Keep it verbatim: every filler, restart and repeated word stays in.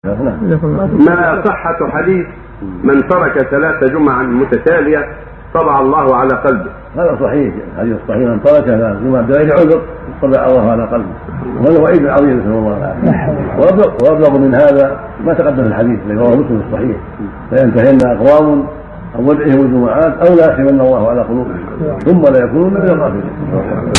ما صحة حديث من ترك ثلاث جمع متتالية طبع الله على قلبه؟ هذا صحيح، الحديث الصحيح من ترك ثلاث جمع بغير عذر طبع الله على قلبه، وهذا وعيد عظيم نسأل الله العافية. وأبلغ من هذا ما تقدم الحديث الذي رواه مسلم الصحيح: فينتهين أقوام عن ودعهم الجمعات أو لا يختمن الله على قلوبهم ثم لا يكونون من الغافلين.